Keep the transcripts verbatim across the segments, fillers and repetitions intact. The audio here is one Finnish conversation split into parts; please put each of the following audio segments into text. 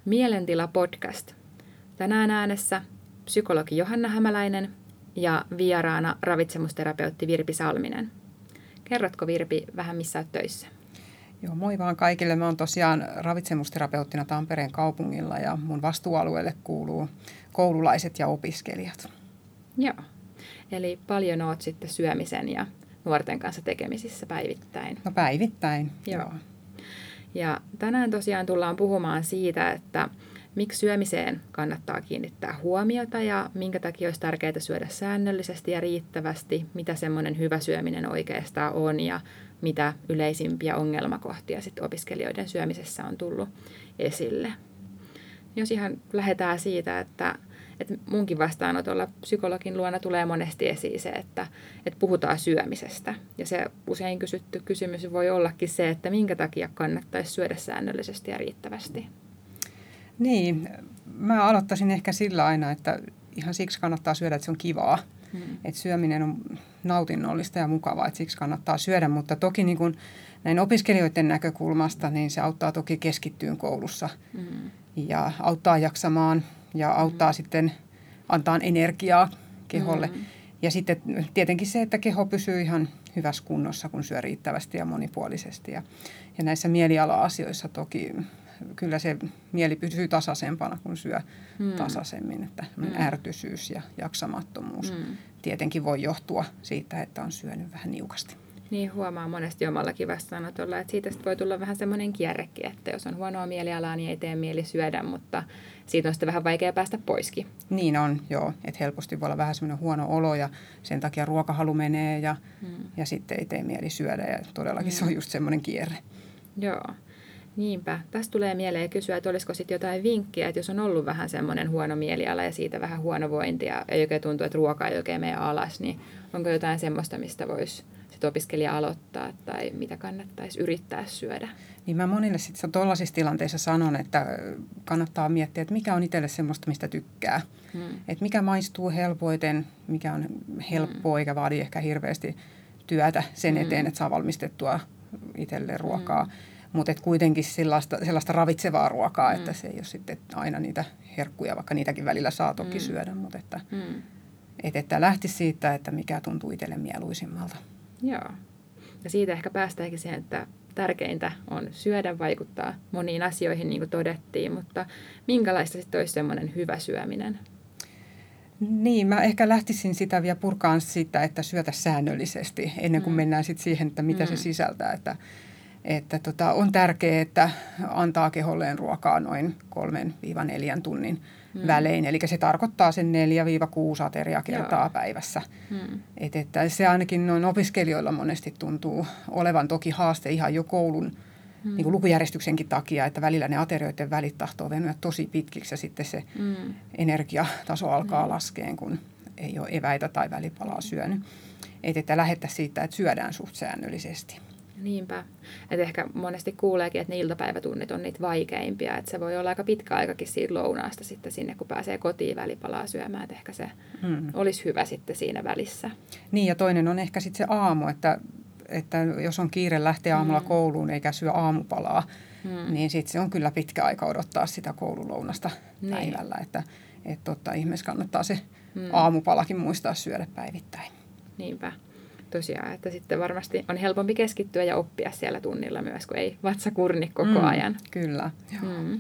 Mielentila podcast. Tänään äänessä psykologi Johanna Hämäläinen ja vieraana ravitsemusterapeutti Virpi Salminen. Kerrotko Virpi vähän missä olet töissä? Joo, moi vaan kaikille. Mä oon tosiaan ravitsemusterapeuttina Tampereen kaupungilla ja mun vastuualueelle kuuluu koululaiset ja opiskelijat. Joo, eli paljon oot sitten syömisen ja nuorten kanssa tekemisissä päivittäin. No päivittäin, joo. joo. Ja tänään tosiaan tullaan puhumaan siitä, että miksi syömiseen kannattaa kiinnittää huomiota ja minkä takia olisi tärkeää syödä säännöllisesti ja riittävästi, mitä semmoinen hyvä syöminen oikeastaan on ja mitä yleisimpiä ongelmakohtia sitten opiskelijoiden syömisessä on tullut esille. Jos ihan lähdetään siitä, että, että munkin vastaanotolla psykologin luona tulee monesti esiin se, että, että puhutaan syömisestä. Ja se usein kysytty kysymys voi ollakin se, että minkä takia kannattaisi syödä säännöllisesti ja riittävästi. Niin, mä aloittaisin ehkä sillä aina, että ihan siksi kannattaa syödä, että se on kivaa. Hmm. Että syöminen on nautinnollista ja mukavaa, että siksi kannattaa syödä. Mutta toki niin kun näin opiskelijoiden näkökulmasta, niin se auttaa toki keskittyyn koulussa hmm. ja auttaa jaksamaan ja auttaa hmm. sitten antaa energiaa keholle. Hmm. Ja sitten tietenkin se, että keho pysyy ihan hyvässä kunnossa, kun syö riittävästi ja monipuolisesti. Ja, ja näissä mieliala-asioissa toki kyllä se mieli pysyy tasaisempana, kun syö hmm. tasaisemmin. Että hmm. ärtyisyys ja jaksamattomuus hmm. tietenkin voi johtua siitä, että on syönyt vähän niukasti. Niin huomaa monesti omallakin vastaanotolla, että siitä voi tulla vähän semmoinen kierrekin, että jos on huonoa mielialaa, niin ei tee mieli syödä, mutta siitä on sitten vähän vaikea päästä poiskin. Niin on, joo. Että helposti voi olla vähän semmoinen huono olo ja sen takia ruokahalu menee ja, hmm. ja sitten ei tee mieli syödä ja todellakin hmm. se on just semmoinen kierre. Joo. Niinpä. Tästä tulee mieleen kysyä, että olisiko sitten jotain vinkkiä, että jos on ollut vähän semmoinen huono mieliala ja siitä vähän huonovointia ja oikein tuntuu, että ruoka ei oikein mene alas, niin onko jotain semmoista, mistä voisi sit opiskelija aloittaa tai mitä kannattaisi yrittää syödä? Niin mä monille sitten tuollaisissa tilanteissa sanon, että kannattaa miettiä, että mikä on itselle semmoista, mistä tykkää. Hmm. Että mikä maistuu helpoiten, mikä on helppoa hmm. eikä vaadi ehkä hirveästi työtä sen eteen, hmm. että saa valmistettua itselle ruokaa. Hmm. Mutta kuitenkin sellaista, sellaista ravitsevaa ruokaa, mm. että se ei ole sitten aina niitä herkkuja, vaikka niitäkin välillä saa toki mm. syödä. Mutta että, mm. et, että lähtisi siitä, että mikä tuntuu itselle mieluisimmalta. Joo. Ja siitä ehkä päästäänkin siihen, että tärkeintä on syödä, vaikuttaa moniin asioihin, niin kuin todettiin. Mutta minkälaista sitten olisi semmoinen hyvä syöminen? Niin, mä ehkä lähtisin sitä vielä purkaan siitä, että syötä säännöllisesti, ennen kuin mm. mennään sitten siihen, että mitä mm. se sisältää, että Että tota, on tärkeää, että antaa keholleen ruokaa noin kolmen neljän tunnin mm. välein. Eli se tarkoittaa sen neljä kuusi ateriakertaa Joo. päivässä. Mm. Et, että se ainakin noin opiskelijoilla monesti tuntuu olevan toki haaste ihan jo koulun mm. niin kuin lukujärjestyksenkin takia, että välillä ne aterioiden välit tahtoo venyä tosi pitkiksi ja sitten se mm. energiataso alkaa mm. laskeen, kun ei ole eväitä tai välipalaa syönyt. Et, että lähettäisiin siitä, että syödään suht säännöllisesti. Niinpä. Että ehkä monesti kuuleekin, että ne iltapäivätunnit on niitä vaikeimpia. Että se voi olla aika pitkä aikakin siitä lounaasta sitten sinne, kun pääsee kotiin välipalaa syömään. Että ehkä se hmm. olisi hyvä sitten siinä välissä. Niin ja toinen on ehkä sitten se aamu, että, että jos on kiire lähteä aamulla hmm. kouluun eikä syö aamupalaa, hmm. niin sitten se on kyllä pitkä aika odottaa sitä koululounasta niin. päivällä. Että et totta ihmeessä kannattaa se hmm. aamupalakin muistaa syödä päivittäin. Niinpä. Tosiaan, että sitten varmasti on helpompi keskittyä ja oppia siellä tunnilla myös, kun ei vatsa kurni koko mm, ajan. Kyllä. Mm.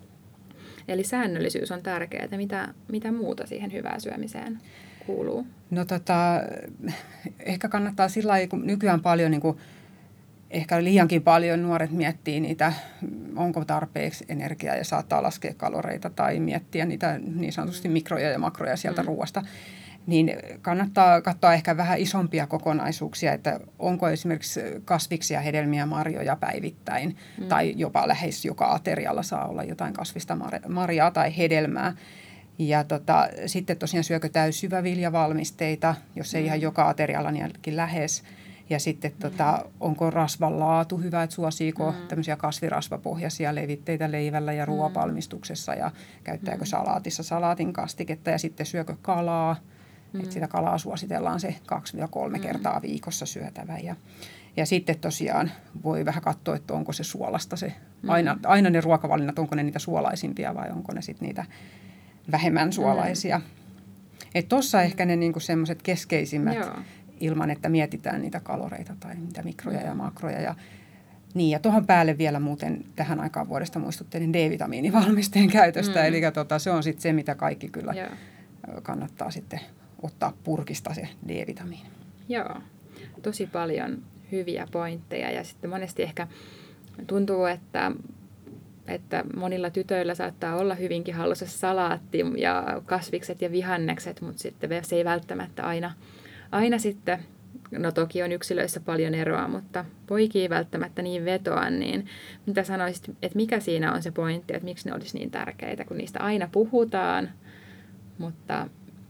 Eli säännöllisyys on tärkeää. Mitä, mitä muuta siihen hyvään syömiseen kuuluu? No tota, ehkä kannattaa sillä lailla, kun nykyään paljon, niin kuin, ehkä liiankin paljon nuoret miettii niitä, onko tarpeeksi energiaa ja saattaa laskea kaloreita tai miettiä niitä niin sanotusti mikroja ja makroja sieltä mm. ruoasta. Niin kannattaa katsoa ehkä vähän isompia kokonaisuuksia, että onko esimerkiksi kasviksia, hedelmiä, marjoja päivittäin mm. tai jopa lähes joka aterialla saa olla jotain kasvista marjaa tai hedelmää. Ja tota, sitten tosiaan syökö täysjyväviljavalmisteita, jos ei mm. ihan joka aterialla, niin ainakin lähes. Ja sitten tota, onko rasvan laatu hyvä, että suosiiko mm. tämmöisiä kasvirasvapohjaisia levitteitä leivällä ja ruoanvalmistuksessa ja käyttääkö mm. salaatissa salaatin kastiketta ja sitten syökö kalaa. Mm. Että sitä kalaa suositellaan se kaksi kolme mm. kertaa viikossa syötävä. Ja, Ja sitten tosiaan voi vähän katsoa, että onko se suolasta se, aina, aina ne ruokavalinnat, onko ne niitä suolaisimpia vai onko ne sitten niitä vähemmän suolaisia. Mm. Että tuossa mm. ehkä ne niinku semmoiset keskeisimmät, Joo. ilman että mietitään niitä kaloreita tai niitä mikroja mm. ja makroja. Ja, niin, ja tuohon päälle vielä muuten tähän aikaan vuodesta muistuttelin D-vitamiinivalmisteen käytöstä. Mm. Eli tota, se on sitten se, mitä kaikki kyllä Joo. kannattaa sitten ottaa purkista se D-vitamiini. Joo, tosi paljon hyviä pointteja ja sitten monesti ehkä tuntuu, että, että monilla tytöillä saattaa olla hyvinkin hallussa salaatti ja kasvikset ja vihannekset, mutta sitten se ei välttämättä aina, aina sitten, no toki on yksilöissä paljon eroa, mutta poikia ei välttämättä niin vetoa, niin mitä sanoisit, että mikä siinä on se pointti, että miksi ne olisi niin tärkeitä, kun niistä aina puhutaan, mutta...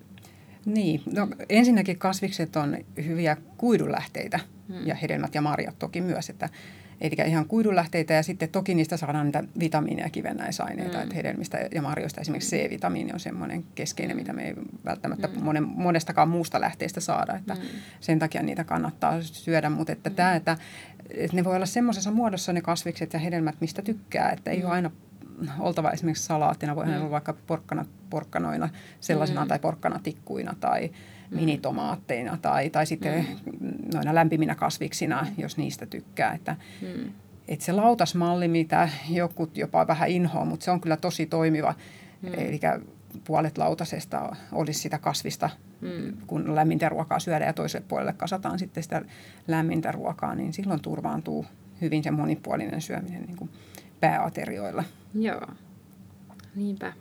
Niin, no ensinnäkin kasvikset on hyviä kuidunlähteitä hmm. ja hedelmät ja marjat toki myös, että eli ihan kuidunlähteitä ja sitten toki niistä saadaan niitä vitamiineja ja kivennäisaineita, hmm. että hedelmistä ja marjoista esimerkiksi C-vitamiini on semmoinen keskeinen, mitä me ei välttämättä hmm. monen, monestakaan muusta lähteestä saada, että hmm. sen takia niitä kannattaa syödä, mutta että hmm. tämä, että, että ne voi olla semmoisessa muodossa ne kasvikset ja hedelmät, mistä tykkää, että ei hmm. ole aina oltava esimerkiksi salaattina, voi mm. olla vaikka porkkana, porkkanoina sellaisena mm. tai porkkanatikkuina tai mm. minitomaatteina tai, tai sitten mm. noina lämpiminä kasviksina, jos niistä tykkää. Että, mm. että se lautasmalli, mitä jokut jopa vähän inhoa, mutta se on kyllä tosi toimiva. Mm. Eli puolet lautasesta olisi sitä kasvista, mm. kun lämmintä ruokaa syödään ja toiselle puolelle kasataan sitten sitä lämmintä ruokaa, niin silloin turvaantuu hyvin se monipuolinen syöminen niin kuin pääaterioilla. Joo, niinpä.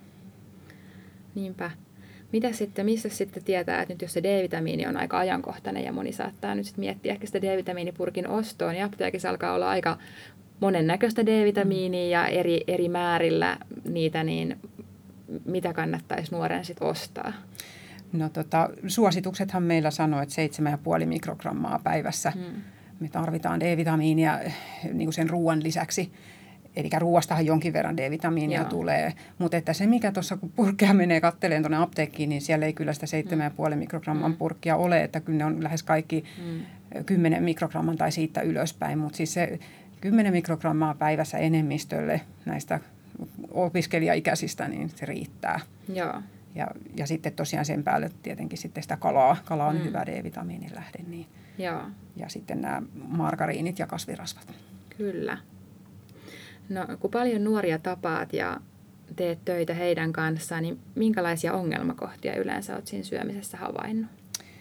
Niinpä. Mitä sitten, missä sitten tietää, että nyt jos se D-vitamiini on aika ajankohtainen ja moni saattaa nyt sitten miettiä ehkä sitä D-vitamiinipurkin ostoon, niin apteekissa alkaa olla aika monennäköistä D-vitamiinia ja eri, eri määrillä niitä, niin mitä kannattaisi nuoren sitten ostaa? No tota, suosituksethan meillä sanoo, että seitsemän pilkku viisi mikrogrammaa päivässä. Hmm. Me tarvitaan D-vitamiinia niin kuin sen ruoan lisäksi. Eli ruoastahan jonkin verran D-vitamiinia Joo. tulee, mutta että se mikä tuossa kun purkkia menee katteleen tuonne apteekkiin, niin siellä ei kyllä sitä seitsemän pilkku viisi mikrogramman purkkia ole, että kyllä ne on lähes kaikki mm. kymmenen mikrogramman tai siitä ylöspäin, mutta siis se kymmenen mikrogrammaa päivässä enemmistölle näistä opiskelijaikäisistä, niin se riittää. Joo. Ja, ja sitten tosiaan sen päälle tietenkin sitten sitä kalaa, kala on mm. hyvä D-vitamiinin lähde, niin. Joo. Ja sitten nämä margariinit ja kasvirasvat. Kyllä. No, kun paljon nuoria tapaat ja teet töitä heidän kanssaan, niin minkälaisia ongelmakohtia yleensä olet siinä syömisessä havainnut?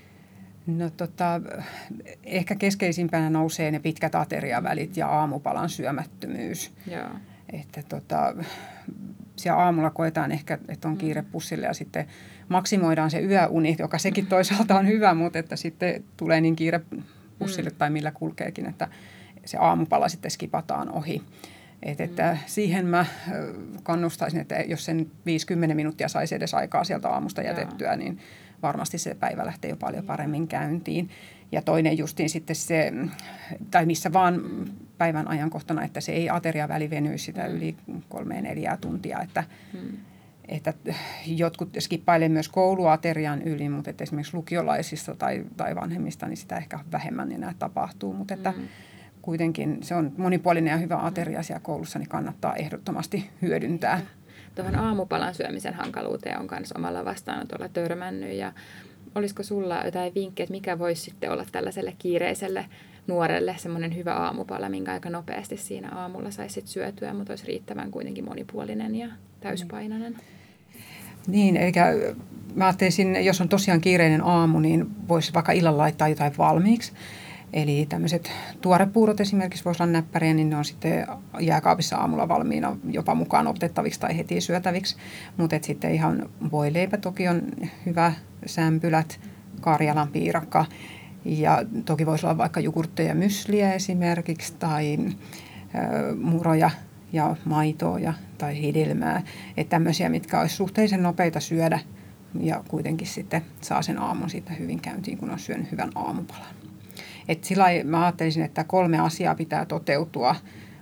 No tota, ehkä keskeisimpänä nousee ne pitkät ateriavälit ja aamupalan syömättömyys. Joo. Että tota, siellä aamulla koetaan ehkä, että on kiire pussille ja sitten maksimoidaan se yöuni, joka sekin toisaalta on hyvä, mutta että sitten tulee niin kiire pussille tai millä kulkeekin, että se aamupala sitten skipataan ohi. Et, että mm. siihen mä kannustaisin, että jos sen viisikymmentä minuuttia saisi edes aikaa sieltä aamusta jätettyä, niin varmasti se päivä lähtee jo paljon paremmin käyntiin. Ja toinen justiin sitten se, tai missä vaan päivän ajankohtana, että se ei ateriaväli venyisi sitä yli kolmeen neljää tuntia. Että, mm. että jotkut skippailee myös kouluaterian yli, mutta että esimerkiksi lukiolaisista tai, tai vanhemmista, niin sitä ehkä vähemmän enää tapahtuu. Mutta että mm. kuitenkin se on monipuolinen ja hyvä ateria siellä koulussa, niin kannattaa ehdottomasti hyödyntää. Tuohon aamupalan syömisen hankaluuteen on myös omalla vastaanotolla törmännyt. Ja olisiko sulla jotain vinkkejä, että mikä voisi sitten olla tällaiselle kiireiselle nuorelle semmoinen hyvä aamupala, minkä aika nopeasti siinä aamulla saisi syötyä, mutta olisi riittävän kuitenkin monipuolinen ja täyspainoinen? Niin, eli mä ajattelisin, jos on tosiaan kiireinen aamu, niin voisi vaikka illalla laittaa jotain valmiiksi. Eli tämmöiset tuorepuurot esimerkiksi voisi olla näppäriä, niin ne on sitten jääkaapissa aamulla valmiina jopa mukaan otettaviksi tai heti syötäviksi. Mutta sitten ihan voileipä toki on hyvä, sämpylät, Karjalan piirakka ja toki voisi olla vaikka jogurtteja ja mysliä esimerkiksi tai ö, muroja ja maitoa ja, tai hedelmää. Että tämmöisiä, mitkä olisi suhteellisen nopeita syödä ja kuitenkin sitten saa sen aamun siitä hyvin käyntiin, kun on syönyt hyvän aamupalan. Et sillä mä ajattelisin, että kolme asiaa pitää toteutua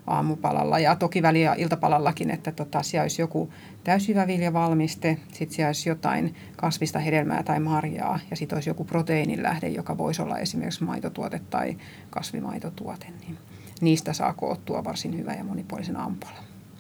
aamupalalla ja toki väli- ja iltapalallakin, että tota, siellä olisi joku täysjyväviljavalmiste, sitten siellä olisi jotain kasvista hedelmää tai marjaa ja sitten olisi joku proteiinilähde, joka voisi olla esimerkiksi maitotuote tai kasvimaitotuote, niin niistä saa koottua varsin hyvä ja monipuolisen aamupalan.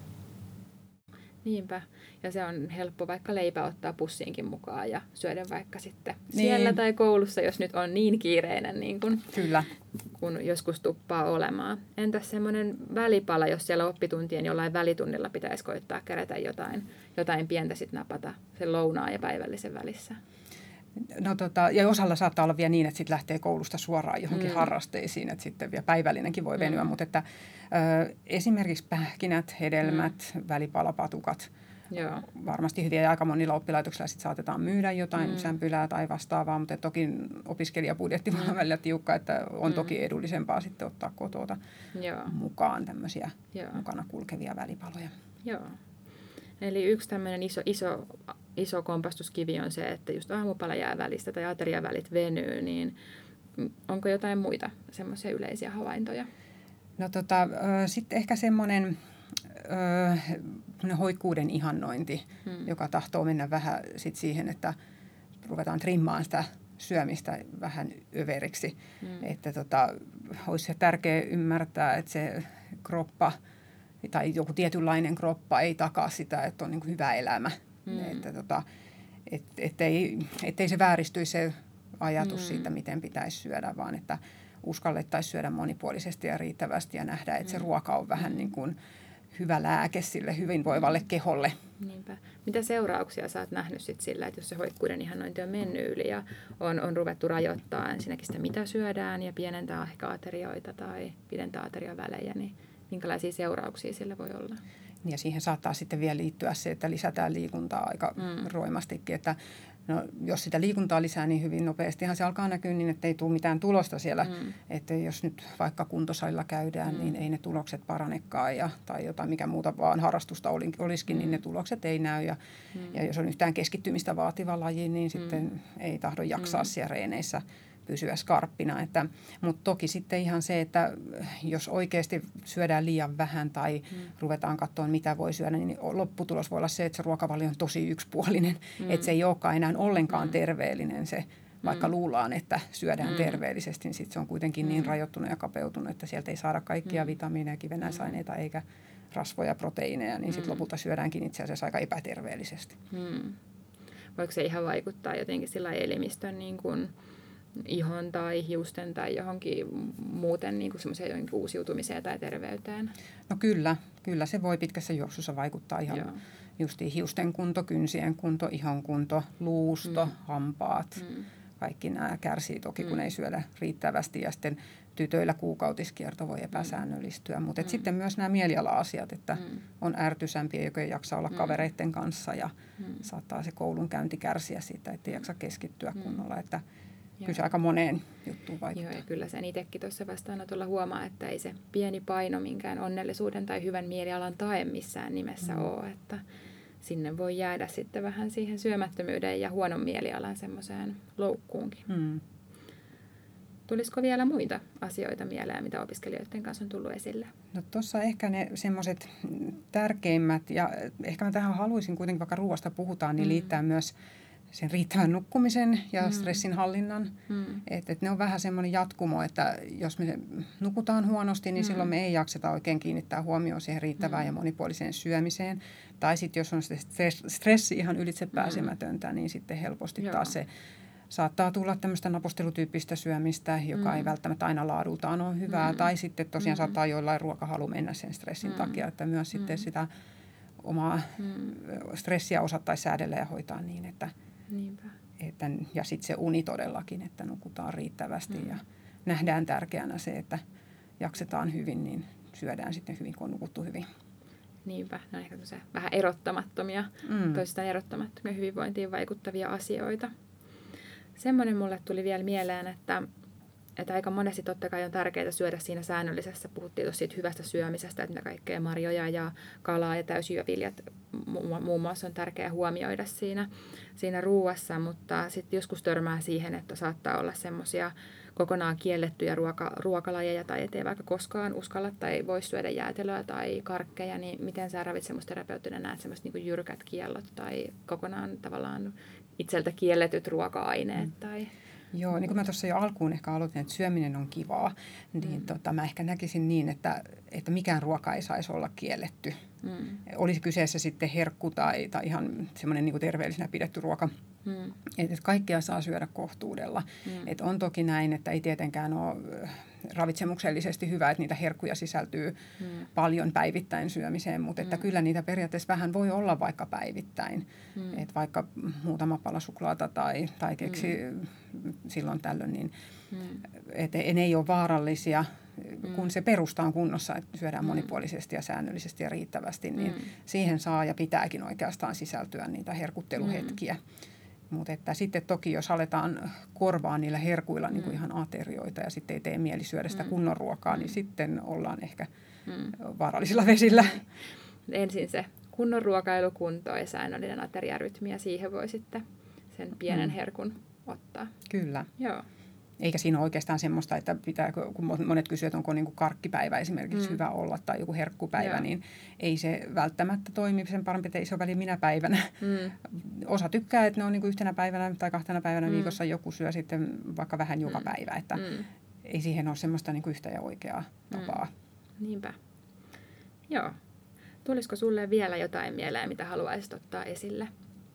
Niinpä. Ja se on helppo vaikka leipä ottaa pussiinkin mukaan ja syödä vaikka sitten niin. siellä tai koulussa, jos nyt on niin kiireinen niin kuin Kyllä. kun joskus tuppaa olemaan. Entäs semmoinen välipala, jos siellä oppituntien jollain välitunnilla pitäisi koittaa kerätä jotain, jotain pientä sitten napata sen lounaan ja päivällisen välissä? No tota, ja osalla saattaa olla vielä niin, että sitten lähtee koulusta suoraan johonkin mm. harrasteisiin, että sitten vielä päivällinenkin voi venyä, mm. mutta että, ö, esimerkiksi pähkinät, hedelmät, mm. välipalapatukat, Joo. varmasti hyviä ja aika monilla oppilaitoksilla sitten saatetaan myydä jotain mm. sämpylää tai vastaavaa, mutta toki opiskelijabudjetti mm. on välillä tiukka, että on mm. toki edullisempaa sitten ottaa kotota Joo. mukaan tämmöisiä Joo. mukana kulkevia välipaloja. Joo. Eli yksi tämmöinen iso, iso, iso kompastuskivi on se, että just aamupala jää välistä tai ateriavälit venyy, niin onko jotain muita semmoisia yleisiä havaintoja? No tota, sitten ehkä semmoinen hoikkuuden ihannointi, hmm. joka tahtoo mennä vähän sit siihen, että ruvetaan trimmaan sitä syömistä vähän överiksi. Hmm. Että tota, olisi tärkeää ymmärtää, että se kroppa tai joku tietynlainen kroppa ei takaa sitä, että on niin kuin hyvä elämä. Mm. Että tota, et, ettei, ettei se vääristyisi se ajatus mm. siitä, miten pitäisi syödä, vaan että uskallettaisiin syödä monipuolisesti ja riittävästi ja nähdä, että mm. se ruoka on vähän niin kuin hyvä lääke sille hyvinvoivalle keholle. Niinpä. Mitä seurauksia sä oot nähnyt sit sillä, että jos se hoikkuuden ihannointi on mennyt yli ja on, on ruvettu rajoittaa ensinnäkin sitä, mitä syödään ja pienentää ehkä aterioita tai pidentää ateriavälejä, niin minkälaisia seurauksia sillä voi olla? Ja siihen saattaa sitten vielä liittyä se, että lisätään liikuntaa aika mm. roimastikin. Että no, jos sitä liikuntaa lisää niin hyvin nopeastihan se alkaa näkyä niin, että ei tule mitään tulosta siellä. Mm. Että jos nyt vaikka kuntosalilla käydään, mm. niin ei ne tulokset paranekaan. Ja, tai jotain mikä muuta vaan harrastusta olisikin, mm. niin ne tulokset ei näy. Ja, mm. ja jos on yhtään keskittymistä vaativa laji, niin sitten mm. ei tahdo jaksaa mm. siellä reeneissä pysyä skarppina. Että, mutta toki sitten ihan se, että jos oikeasti syödään liian vähän tai mm. ruvetaan katsomaan, mitä voi syödä, niin lopputulos voi olla se, että se ruokavalio on tosi yksipuolinen. Mm. Että se ei olekaan enää ollenkaan mm. terveellinen se, vaikka mm. luullaan, että syödään mm. terveellisesti, niin sitten se on kuitenkin mm. niin rajoittunut ja kapeutunut, että sieltä ei saada kaikkia mm. vitamiineja, kivennäisaineita eikä rasvoja, proteiineja, niin sitten mm. lopulta syödäänkin itse asiassa aika epäterveellisesti. Mm. Voiko se ihan vaikuttaa jotenkin sillä elimistön niin kuin ihon tai hiusten tai johonkin muuten niin kuin semmoiseen uusiutumiseen tai terveyteen? No kyllä, kyllä se voi pitkässä juoksussa vaikuttaa ihan Joo. justiin hiusten kunto, kynsien kunto, ihon kunto, luusto, mm. hampaat. Mm. Kaikki nämä kärsii toki, kun mm. ei syödä riittävästi ja sitten tytöillä kuukautiskierto voi epäsäännöllistyä. Mutta mm. sitten myös nämä mieliala-asiat, että mm. on ärtysämpiä, joka ei jaksa olla mm. kavereiden kanssa ja mm. saattaa se koulunkäynti kärsiä siitä, ettei jaksa keskittyä mm. kunnolla, että kyllä se aika moneen juttuun vaikuttaa. Joo, ja kyllä sen itsekin tuossa vastaanotolla huomaa, että ei se pieni paino minkään onnellisuuden tai hyvän mielialan tae missään nimessä mm. ole, että sinne voi jäädä sitten vähän siihen syömättömyyden ja huonon mielialan semmoiseen loukkuunkin. Mm. Tulisiko vielä muita asioita mieleen, mitä opiskelijoiden kanssa on tullut esille? No tuossa ehkä ne semmoiset tärkeimmät, ja ehkä mä tähän haluaisin kuitenkin, vaikka ruoasta puhutaan, niin mm. liittää myös sen riittävän nukkumisen ja mm. stressin hallinnan. Mm. Että et ne on vähän semmoinen jatkumo, että jos me nukutaan huonosti, niin mm. silloin me ei jakseta oikein kiinnittää huomioon siihen riittävään mm. ja monipuoliseen syömiseen. Tai sitten jos on stressi ihan ylitse pääsemätöntä, mm. niin sitten helposti Joo. taas se saattaa tulla tämmöistä napostelutyyppistä syömistä, joka mm. ei välttämättä aina laadultaan ole hyvää. Mm. Tai sitten tosiaan mm. saattaa jollain ruokahalu mennä sen stressin mm. takia, että myös mm. sitten sitä omaa mm. stressiä osattaisiin säädellä ja hoitaa niin, että Niinpä. Että, ja sitten se uni todellakin, että nukutaan riittävästi mm. ja nähdään tärkeänä se, että jaksetaan hyvin, niin syödään sitten hyvin, kun on nukuttu hyvin. Niinpä, ne on ehkä vähän erottamattomia, mm. toisistaan erottamattomia hyvinvointiin vaikuttavia asioita. Semmoinen mulle tuli vielä mieleen, että, että aika monesti totta kai on tärkeää syödä siinä säännöllisessä. Puhuttiin tuossa siitä hyvästä syömisestä, että mitä kaikkea marjoja ja kalaa ja täysjyväviljat muun muassa on tärkeää huomioida siinä, siinä ruuassa, mutta sitten joskus törmää siihen, että saattaa olla semmoisia kokonaan kiellettyjä ruoka, ruokalajeja tai ettei vaikka koskaan uskalla tai voi syödä jäätelöä tai karkkeja, niin miten sä ravitsemusterapeuttina näet semmoiset niin kuin jyrkät kiellot tai kokonaan tavallaan itseltä kielletyt ruoka-aineet? Mm. Tai... Joo, niin kuin mä tuossa jo alkuun ehkä aloitin, että syöminen on kivaa, niin mm. tota, mä ehkä näkisin niin, että, että mikään ruoka ei saisi olla kielletty. Mm. Olisi kyseessä sitten herkku tai, tai ihan semmoinen niin kuin terveellisenä pidetty ruoka. Mm. Että kaikkea saa syödä kohtuudella. Mm. Et on toki näin, että ei tietenkään ole ravitsemuksellisesti hyvä, että niitä herkkuja sisältyy mm. paljon päivittäin syömiseen, mutta että mm. kyllä niitä periaatteessa vähän voi olla vaikka päivittäin. Mm. Että vaikka muutama pala suklaata tai, tai keksi mm. silloin tällöin, niin mm. että ne ei ole vaarallisia. Mm. Kun se perusta on kunnossa, että syödään mm. monipuolisesti ja säännöllisesti ja riittävästi, niin mm. siihen saa ja pitääkin oikeastaan sisältyä niitä herkutteluhetkiä. Mm. Mutta että sitten toki, jos aletaan korvaa niillä herkuilla mm. niin kuin ihan aterioita ja sitten ei tee mieli syödä sitä mm. kunnon ruokaa, niin sitten ollaan ehkä mm. vaarallisilla vesillä. Ensin se kunnon ruokailu kuntoon ja säännöllinen ateriarytmi ja siihen voi sitten sen pienen mm. herkun ottaa. Kyllä. Joo. Eikä siinä ole oikeastaan semmoista, että pitääkö, kun monet kysyvät, onko niin kuin karkkipäivä esimerkiksi mm. hyvä olla tai joku herkkupäivä, Joo. niin ei se välttämättä toimi. Sen parempi, että ei se ole väliä minä päivänä. Mm. Osa tykkää, että ne on niin kuin yhtenä päivänä tai kahtena päivänä mm. viikossa, joku syö sitten vaikka vähän joka mm. päivä. Että mm. ei siihen ole semmoista niin kuin yhtä ja oikeaa tapaa. Mm. Niinpä. Joo. Tulisiko sulle vielä jotain mieleen, mitä haluaisit ottaa esille?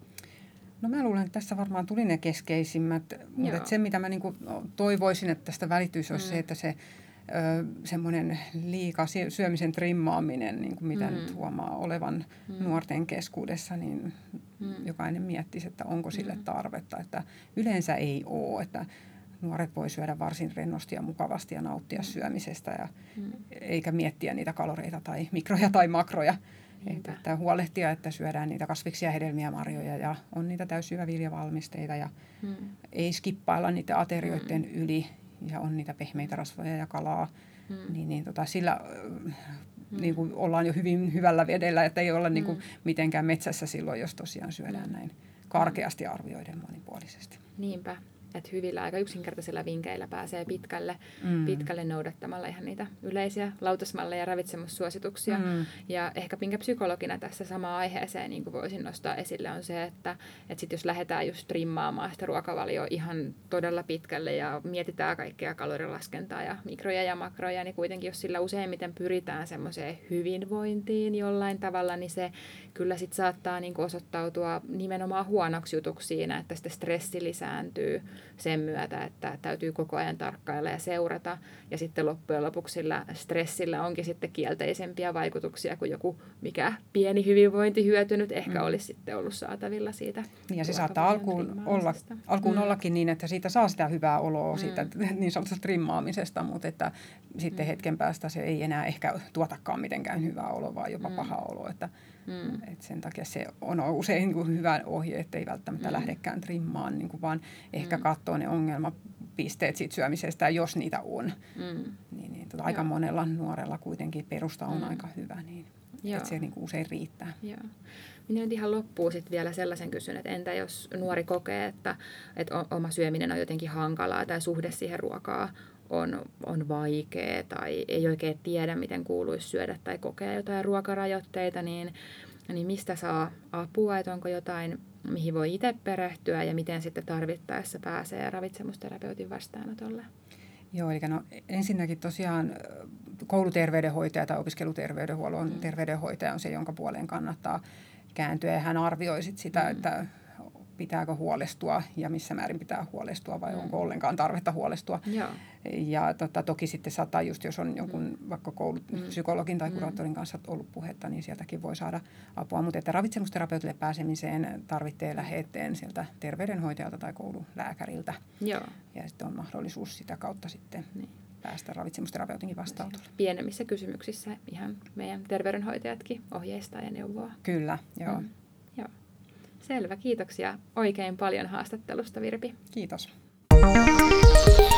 No mä luulen, että tässä varmaan tuli ne keskeisimmät, mutta että se mitä mä niinku toivoisin, että tästä välittyisi, olisi mm. se, että se ö, semmoinen liika syömisen trimmaaminen, niin kuin mitä mm. nyt huomaa olevan mm. nuorten keskuudessa, niin mm. jokainen miettisi, että onko sille mm. tarvetta. Että yleensä ei ole, että nuoret voi syödä varsin rennosti ja mukavasti ja nauttia mm. syömisestä, ja, mm. eikä miettiä niitä kaloreita tai mikroja tai makroja. Että, että huolehtia, että syödään niitä kasviksia, hedelmiä, marjoja ja on niitä täysjyväviljavalmisteita ja hmm. ei skippailla niitä aterioiden hmm. yli ja on niitä pehmeitä rasvoja ja kalaa. Hmm. Niin, niin tota, sillä hmm. niin kuin ollaan jo hyvin hyvällä vedellä, että ei olla hmm. niin kuin mitenkään metsässä silloin, jos tosiaan syödään hmm. näin karkeasti arvioiden monipuolisesti. Niinpä. Että hyvillä aika yksinkertaisilla vinkkeillä pääsee pitkälle, mm. pitkälle noudattamalla ihan niitä yleisiä lautasmalleja ja ravitsemussuosituksia. Mm. Ja ehkä minkä psykologina tässä samaan aiheeseen niin kuin voisin nostaa esille on se, että, että sit jos lähdetään just trimmaamaan sitä ruokavalioa ihan todella pitkälle ja mietitään kaikkea kalorilaskentaa ja mikroja ja makroja, niin kuitenkin jos sillä useimmiten pyritään semmoiseen hyvinvointiin jollain tavalla, niin se kyllä sit saattaa niin kuin osoittautua nimenomaan huonoksi jutuksi siinä, että sitä stressi lisääntyy sen myötä, että täytyy koko ajan tarkkailla ja seurata. Ja sitten loppujen lopuksi sillä stressillä onkin sitten kielteisempiä vaikutuksia kuin joku mikä pieni hyvinvointihyöty nyt ehkä mm. olisi sitten ollut saatavilla siitä. Ja se saattaa alkuun, olla, alkuun mm. ollakin niin, että siitä saa sitä hyvää oloa mm. siitä niin sanotusta trimmaamisesta, mutta että sitten mm. hetken päästä se ei enää ehkä tuotakaan mitenkään hyvää oloa, vaan jopa mm. paha olo. Että, mm. että sen takia se on usein niin kuin hyvä ohje, että ei välttämättä mm. lähdekään trimmaan, niin kuin vaan ehkä mm. katsoo ne ongelmapisteet siitä syömisestä, jos niitä on. Mm. Niin, niin, tota, aika monella nuorella kuitenkin perusta on mm. aika hyvä, niin että se niin kuin usein riittää. Joo. Minä nyt ihan loppuun sit vielä sellaisen kysyn, että entä jos nuori kokee, että, että oma syöminen on jotenkin hankalaa tai suhde siihen ruokaa on, on vaikea tai ei oikein tiedä, miten kuuluisi syödä tai kokee jotain ruokarajoitteita, niin, niin mistä saa apua, että onko jotain, mihin voi itse perehtyä ja miten sitten tarvittaessa pääsee ravitsemusterapeutin vastaanotolle? Joo, eli no ensinnäkin tosiaan kouluterveydenhoitaja tai opiskeluterveydenhuollon mm. terveydenhoitaja on se, jonka puoleen kannattaa kääntyä. Ja hän arvioi sit sitä, mm. että pitääkö huolestua ja missä määrin pitää huolestua vai mm. onko ollenkaan tarvetta huolestua. Joo. Ja tota, toki sitten saattaa just, jos on jonkun mm. vaikka koulupsykologin tai kuraattorin kanssa ollut puhetta, niin sieltäkin voi saada apua. Mutta että ravitsemusterapeutille pääsemiseen tarvitsee lähetteen sieltä terveydenhoitajalta tai koululääkäriltä. Joo. Ja sitten on mahdollisuus sitä kautta sitten niin päästä ravitsemusterapeutinkin vastaanotolle. Pienemmissä kysymyksissä ihan meidän terveydenhoitajatkin ohjeistaa ja neuvoa. Kyllä, joo. Mm. Joo. Selvä, kiitoksia oikein paljon haastattelusta, Virpi. Kiitos.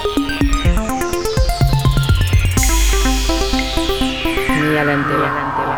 Mielentila.